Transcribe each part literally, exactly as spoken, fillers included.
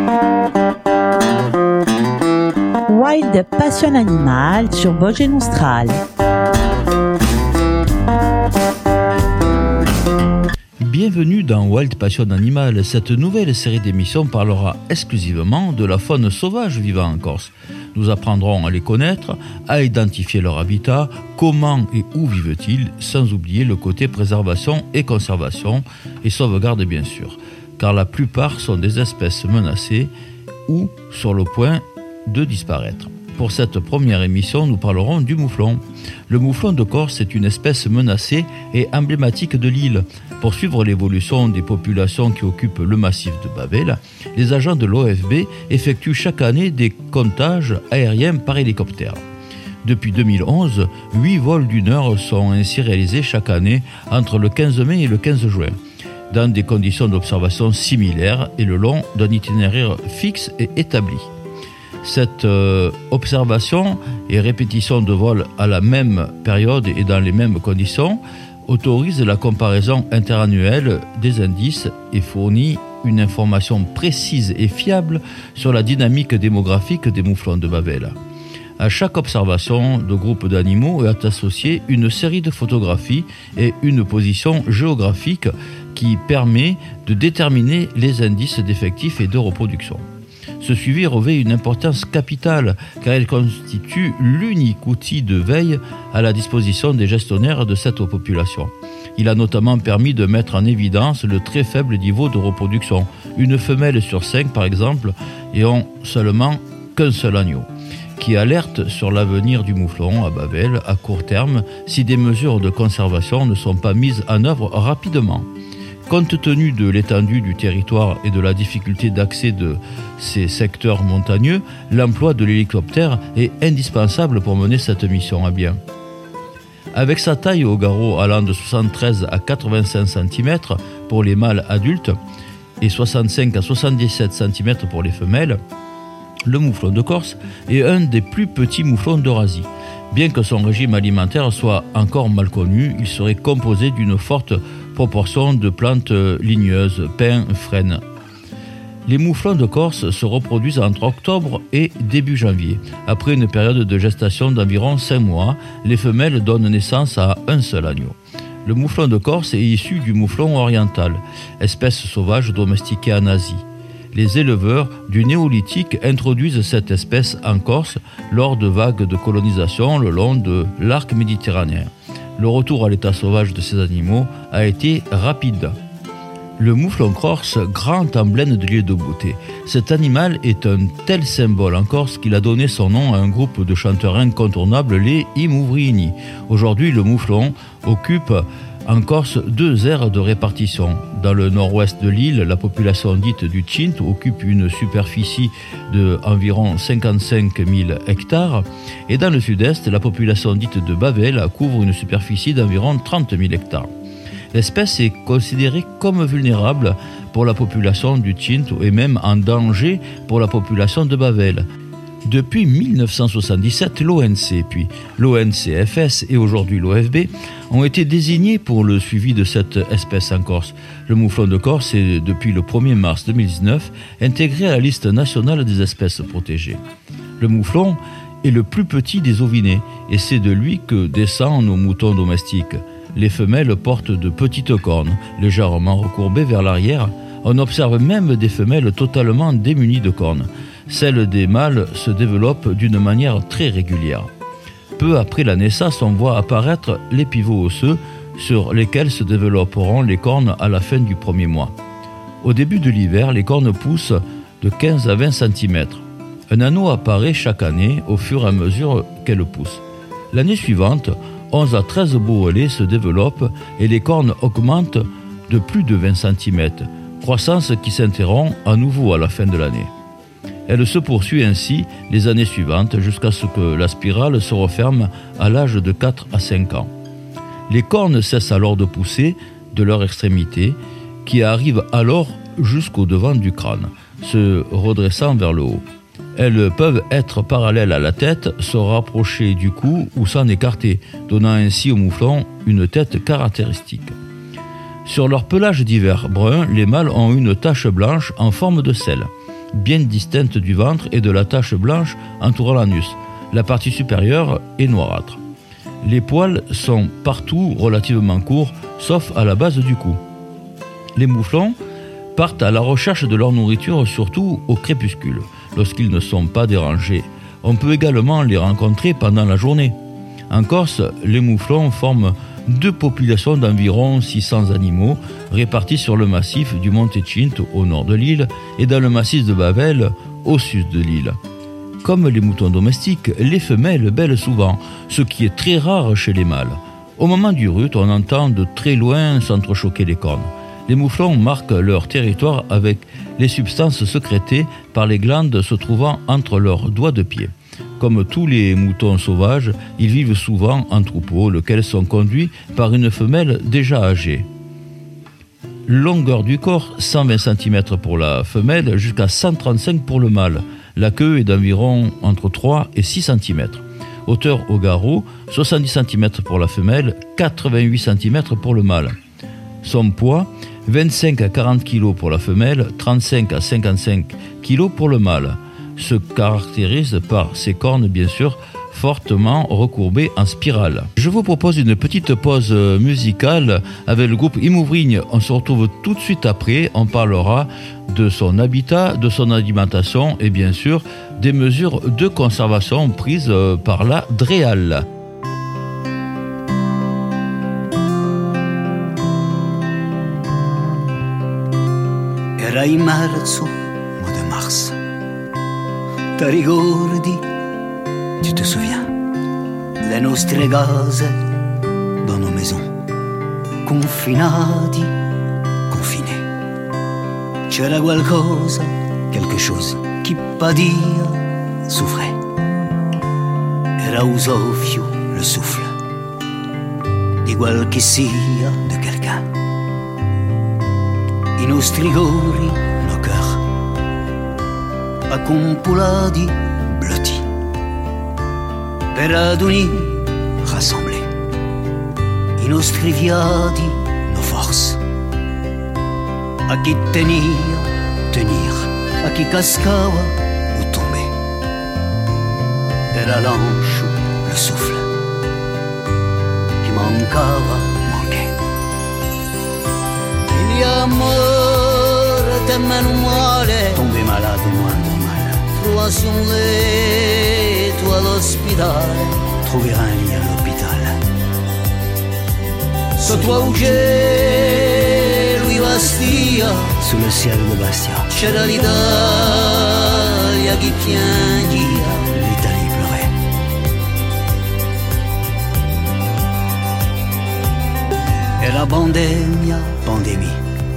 Wild Passion Animale sur Voce Nostrale. Bienvenue dans Wild Passion Animale. Cette nouvelle série d'émissions parlera exclusivement de la faune sauvage vivant en Corse. Nous apprendrons à les connaître, à identifier leur habitat, comment et où vivent-ils, sans oublier le côté préservation et conservation, et sauvegarde bien sûr, car la plupart sont des espèces menacées ou sur le point de disparaître. Pour cette première émission, nous parlerons du mouflon. Le mouflon de Corse est une espèce menacée et emblématique de l'île. Pour suivre l'évolution des populations qui occupent le massif de Bavel, les agents de l'O F B effectuent chaque année des comptages aériens par hélicoptère. Depuis deux mille onze, huit vols d'une heure sont ainsi réalisés chaque année entre le quinze mai et le quinze juin, dans des conditions d'observation similaires et le long d'un itinéraire fixe et établi. Cette euh, observation et répétition de vols à la même période et dans les mêmes conditions autorise la comparaison interannuelle des indices et fournit une information précise et fiable sur la dynamique démographique des mouflons de Bavel. À chaque observation, le groupe d'animaux est associé une série de photographies et une position géographique qui permet de déterminer les indices d'effectifs et de reproduction. Ce suivi revêt une importance capitale car il constitue l'unique outil de veille à la disposition des gestionnaires de cette population. Il a notamment permis de mettre en évidence le très faible niveau de reproduction. Une femelle sur cinq, par exemple, et ont seulement qu'un seul agneau, qui alerte sur l'avenir du mouflon à Bavel à court terme si des mesures de conservation ne sont pas mises en œuvre rapidement. Compte tenu de l'étendue du territoire et de la difficulté d'accès de ces secteurs montagneux, l'emploi de l'hélicoptère est indispensable pour mener cette mission à bien. Avec sa taille au garrot allant de soixante-treize à quatre-vingt-cinq centimètres pour les mâles adultes et soixante-cinq à soixante-dix-sept centimètres pour les femelles, le mouflon de Corse est un des plus petits mouflons d'Eurasie. Bien que son régime alimentaire soit encore mal connu, il serait composé d'une forte proportion de plantes ligneuses, pins, frênes. Les mouflons de Corse se reproduisent entre octobre et début janvier. Après une période de gestation d'environ cinq mois, les femelles donnent naissance à un seul agneau. Le mouflon de Corse est issu du mouflon oriental, espèce sauvage domestiquée en Asie. Les éleveurs du néolithique introduisent cette espèce en Corse lors de vagues de colonisation le long de l'arc méditerranéen. Le retour à l'état sauvage de ces animaux a été rapide. Le mouflon corse, grand emblème de l'île de beauté. Cet animal est un tel symbole en Corse qu'il a donné son nom à un groupe de chanteurs incontournables, les I Mouvrini. Aujourd'hui, le mouflon occupe en Corse deux aires de répartition. Dans le nord-ouest de l'île, la population dite du Tchint occupe une superficie d'environ cinquante-cinq mille hectares et dans le sud-est, la population dite de Bavel couvre une superficie d'environ trente mille hectares. L'espèce est considérée comme vulnérable pour la population du Tchint et même en danger pour la population de Bavel. Depuis mille neuf cent soixante-dix-sept, l'O N C, puis l'O N C F S et aujourd'hui l'O F B ont été désignés pour le suivi de cette espèce en Corse. Le mouflon de Corse est, depuis le premier mars deux mille dix-neuf, intégré à la liste nationale des espèces protégées. Le mouflon est le plus petit des ovinets et c'est de lui que descendent nos moutons domestiques. Les femelles portent de petites cornes, légèrement recourbées vers l'arrière. On observe même des femelles totalement démunies de cornes. Celle des mâles se développe d'une manière très régulière. Peu après la naissance, on voit apparaître les pivots osseux sur lesquels se développeront les cornes à la fin du premier mois. Au début de l'hiver, les cornes poussent de quinze à vingt centimètres. Un anneau apparaît chaque année au fur et à mesure qu'elle pousse. L'année suivante, onze à treize bourrelets se développent et les cornes augmentent de plus de vingt centimètres, croissance qui s'interrompt à nouveau à la fin de l'année. Elle se poursuit ainsi les années suivantes jusqu'à ce que la spirale se referme à l'âge de quatre à cinq ans. Les cornes cessent alors de pousser de leur extrémité, qui arrivent alors jusqu'au devant du crâne, se redressant vers le haut. Elles peuvent être parallèles à la tête, se rapprocher du cou ou s'en écarter, donnant ainsi au mouflon une tête caractéristique. Sur leur pelage d'hiver brun, les mâles ont une tache blanche en forme de sel. bien distincte du ventre et de la tache blanche entourant l'anus. La partie supérieure est noirâtre. Les poils sont partout relativement courts, sauf à la base du cou. Les mouflons partent à la recherche de leur nourriture, surtout au crépuscule, lorsqu'ils ne sont pas dérangés. On peut également les rencontrer pendant la journée. En Corse, les mouflons forment deux populations d'environ six cents animaux répartis sur le massif du Monte Cinto au nord de l'île et dans le massif de Bavel au sud de l'île. Comme les moutons domestiques, les femelles bêlent souvent, ce qui est très rare chez les mâles. Au moment du rut, on entend de très loin s'entrechoquer les cornes. Les mouflons marquent leur territoire avec les substances sécrétées par les glandes se trouvant entre leurs doigts de pied. Comme tous les moutons sauvages, ils vivent souvent en troupeau, lesquels sont conduits par une femelle déjà âgée. Longueur du corps, cent vingt centimètres pour la femelle jusqu'à cent trente-cinq pour le mâle. La queue est d'environ entre trois et six centimètres. Hauteur au garrot, soixante-dix centimètres pour la femelle, quatre-vingt-huit centimètres pour le mâle. Son poids, vingt-cinq à quarante kilos pour la femelle, trente-cinq à cinquante-cinq kilos pour le mâle. Se caractérise par ses cornes, bien sûr, fortement recourbées en spirale. Je vous propose une petite pause musicale avec le groupe Imouvrignes. On se retrouve tout de suite après. On parlera de son habitat, de son alimentation et bien sûr des mesures de conservation prises par la DREAL. Era in marzo, mois de mars. Ti ricordi, tu te souviens, le nostre case dans nos maisons, confinati, confinés. C'era qualcosa, quelque chose, chi patia, souffrait. Era un soffio, le souffle, di quel che sia, de quelqu'un. I nostri cori, nos cœurs, accumulati, blottis, per ad unir, rassembler, i nostri fiati, nos forces, a chi tenia, tenir, a chi cascava o tomber. Era l'ancho, le souffle, chi mancava, manquait. Il y a mort, te male, tombé malade et moindre mal. Trois sur les, toi l'hospitale, trouver un lit à l'hôpital. So toi où j'ai, lui Bastia, sous le ciel de Bastia. C'era l'Italia qui piangia, l'Italie pleurait. Era pandemia, pandémie,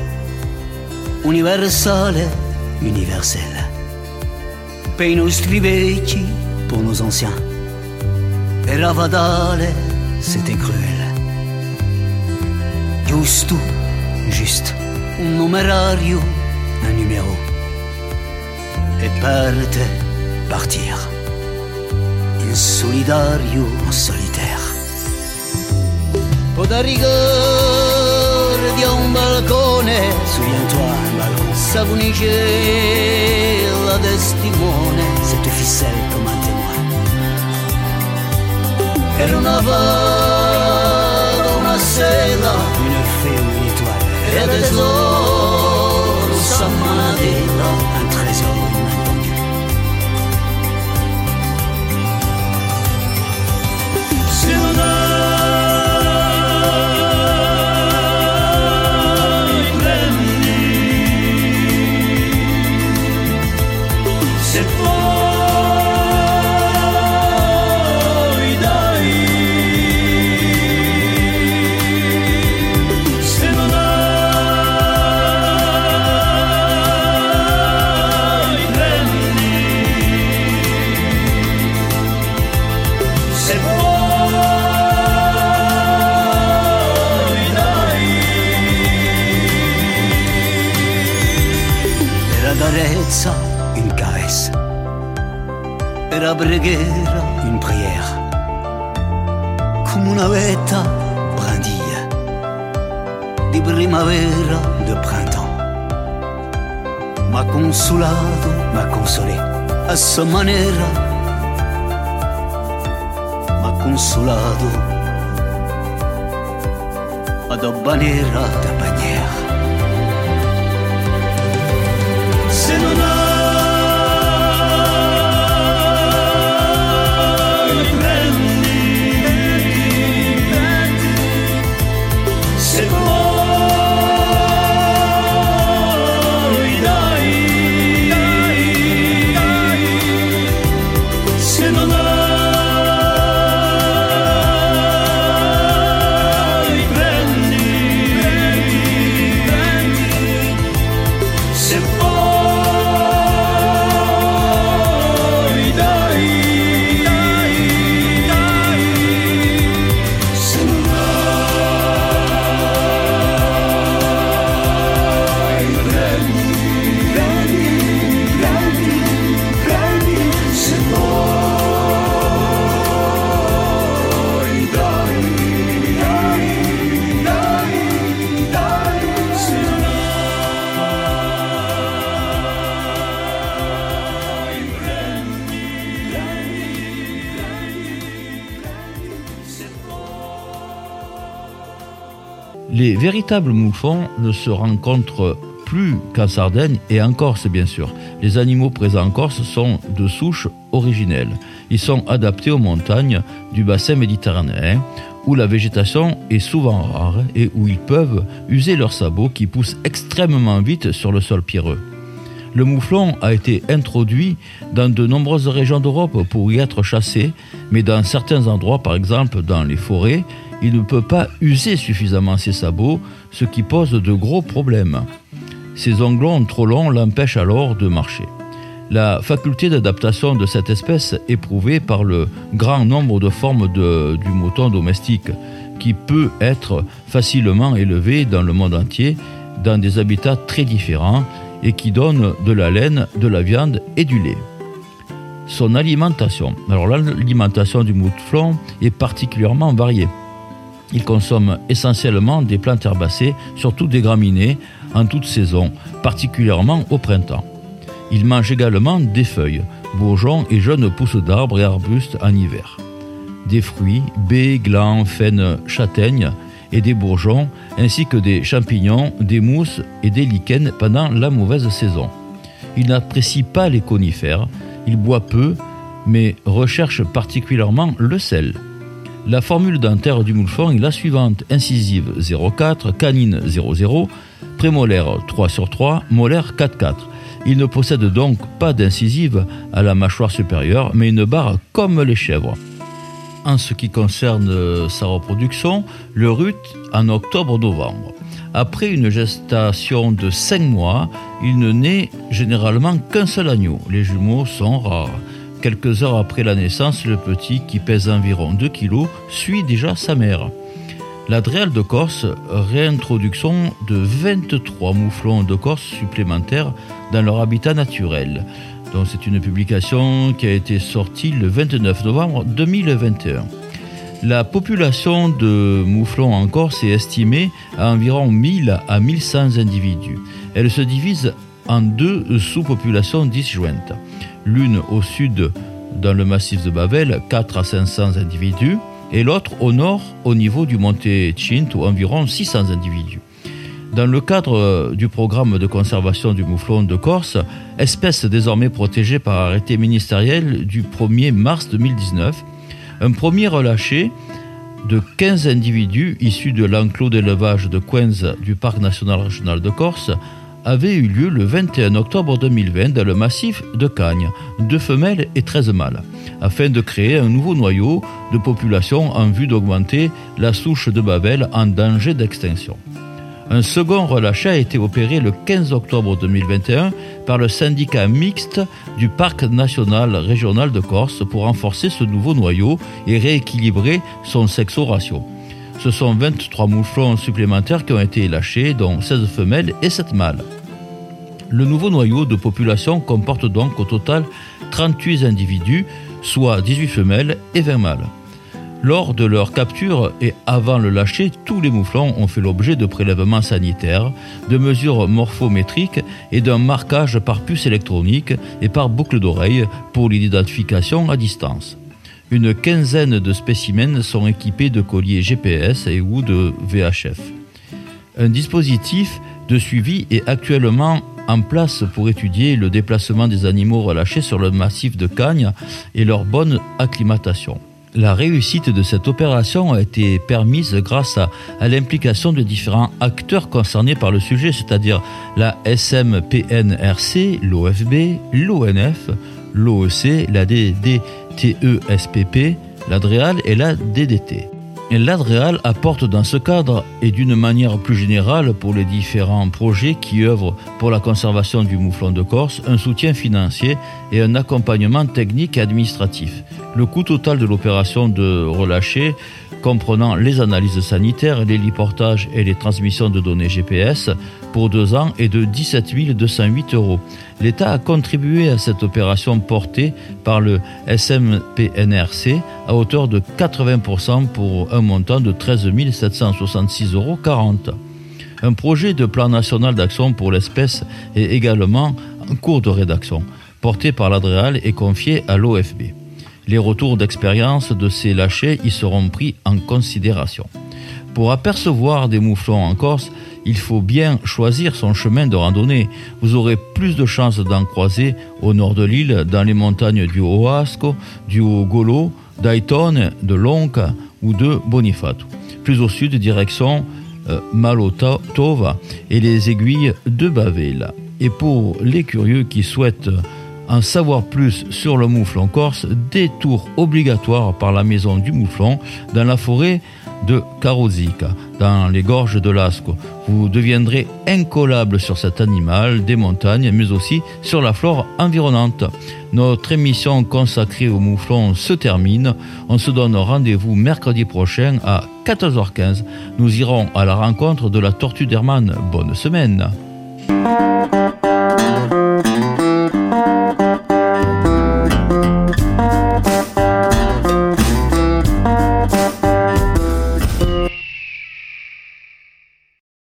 universale, universelle. Per i nostri vecchi, pour nos anciens. Era fatale, c'était cruel. Giusto, juste, un numerario, un numéro. Et parte, partir. In solidario, en solitaire. Poda ricordi a un balcone, souviens-toi un balcon, s'avunice la testimone, cette ficelle comme un témoin. Era una vada, una sera, une fée ou une étoile, et un tesoro, sa manadella, un trésor inattendu. C'est mon une caresse, era preghiera, une prière, come una vetta brindille di primavera, de printemps. m'ha consolato, m'ha consolé a sua manera, m'ha consolato ad Abbanera, da Bagnera. Se non hai prendi, se vuoi dai, se non hai prendi, se vuoi dai, se non hai prendi, prendi, prendi, prendi, se vuoi dai, dai, dai, dai, se non hai prendi, prendi, prendi, se Les véritables mouflons ne se rencontrent plus qu'en Sardaigne et en Corse, bien sûr. Les animaux présents en Corse sont de souche originelle. Ils sont adaptés aux montagnes du bassin méditerranéen, où la végétation est souvent rare et où ils peuvent user leurs sabots qui poussent extrêmement vite sur le sol pierreux. Le mouflon a été introduit dans de nombreuses régions d'Europe pour y être chassé, mais dans certains endroits, par exemple dans les forêts, il ne peut pas user suffisamment ses sabots, ce qui pose de gros problèmes. Ses ongles trop longs l'empêchent alors de marcher. La faculté d'adaptation de cette espèce est prouvée par le grand nombre de formes de, du mouton domestique, qui peut être facilement élevé dans le monde entier, dans des habitats très différents, et qui donne de la laine, de la viande et du lait. Son alimentation. Alors l'alimentation du mouflon est particulièrement variée. Il consomme essentiellement des plantes herbacées, surtout des graminées, en toute saison, particulièrement au printemps. Il mange également des feuilles, bourgeons et jeunes pousses d'arbres et arbustes en hiver. Des fruits, baies, glands, faînes, châtaignes et des bourgeons, ainsi que des champignons, des mousses et des lichens pendant la mauvaise saison. Il n'apprécie pas les conifères, il boit peu, mais recherche particulièrement le sel. La formule dentaire du mouflon est la suivante: incisive zéro virgule quatre, canine zéro virgule zéro, prémolaire trois sur trois, molaire quatre virgule quatre. Il ne possède donc pas d'incisive à la mâchoire supérieure, mais une barre comme les chèvres. En ce qui concerne sa reproduction, le rut en octobre-novembre. Après une gestation de cinq mois, il ne naît généralement qu'un seul agneau. Les jumeaux sont rares. Quelques heures après la naissance, le petit, qui pèse environ deux kilos, suit déjà sa mère. La Dréal de Corse, réintroduction de vingt-trois mouflons de Corse supplémentaires dans leur habitat naturel. Donc c'est une publication qui a été sortie le vingt-neuf novembre deux mille vingt et un. La population de mouflons en Corse est estimée à environ mille à mille cent individus. Elle se divise en deux sous-populations disjointes. L'une au sud, dans le massif de Bavel, quatre à cinq cents individus, et l'autre au nord, au niveau du Monte Cinto, environ six cents individus. Dans le cadre du programme de conservation du mouflon de Corse, espèce désormais protégée par arrêté ministériel du premier mars deux mille dix-neuf, un premier relâché de quinze individus issus de l'enclos d'élevage de Quenz du Parc national régional de Corse avait eu lieu le vingt et un octobre deux mille vingt dans le massif de Cagnes, deux femelles et treize mâles, afin de créer un nouveau noyau de population en vue d'augmenter la souche de Bavel en danger d'extinction. Un second relâché a été opéré le quinze octobre deux mille vingt et un par le syndicat mixte du Parc national régional de Corse pour renforcer ce nouveau noyau et rééquilibrer son sexo-ratio. Ce sont vingt-trois mouflons supplémentaires qui ont été lâchés, dont seize femelles et sept mâles. Le nouveau noyau de population comporte donc au total trente-huit individus, soit dix-huit femelles et vingt mâles. Lors de leur capture et avant le lâcher, tous les mouflons ont fait l'objet de prélèvements sanitaires, de mesures morphométriques et d'un marquage par puce électronique et par boucle d'oreille pour l'identification à distance. Une quinzaine de spécimens sont équipés de colliers G P S et ou de V H F. Un dispositif de suivi est actuellement en place pour étudier le déplacement des animaux relâchés sur le massif de Cagnes et leur bonne acclimatation. La réussite de cette opération a été permise grâce à, à l'implication de différents acteurs concernés par le sujet, c'est-à-dire la S M P N R C, l'O F B, l'O N F, l'O E C, la D D T E S P P, l'Adréal et la D D T. L'Adréal apporte dans ce cadre et d'une manière plus générale pour les différents projets qui œuvrent pour la conservation du mouflon de Corse un soutien financier et un accompagnement technique et administratif. Le coût total de l'opération de relâcher, comprenant les analyses sanitaires, l'héliportage et les transmissions de données G P S pour deux ans est de dix-sept mille deux cent huit euros. L'État a contribué à cette opération portée par le S M P N R C à hauteur de quatre-vingts pour cent pour un montant de treize mille sept cent soixante-six euros quarante. Un projet de plan national d'action pour l'espèce est également en cours de rédaction, porté par l'Adréal et confié à l'O F B. Les retours d'expérience de ces lâchers y seront pris en considération. Pour apercevoir des mouflons en Corse, il faut bien choisir son chemin de randonnée. Vous aurez plus de chances d'en croiser au nord de l'île, dans les montagnes du Haut-Asco, du Haut-Golo, d'Aitone, de Lonca ou de Bonifato. Plus au sud, direction euh, Malotova et les aiguilles de Bavela. Et pour les curieux qui souhaitent en savoir plus sur le mouflon corse, détour obligatoire par la maison du mouflon dans la forêt de Carozzica, dans les gorges de l'Asco. Vous deviendrez incollable sur cet animal des montagnes, mais aussi sur la flore environnante. Notre émission consacrée au mouflon se termine. On se donne rendez-vous mercredi prochain à quatorze heures quinze. Nous irons à la rencontre de la tortue d'Hermann. Bonne semaine.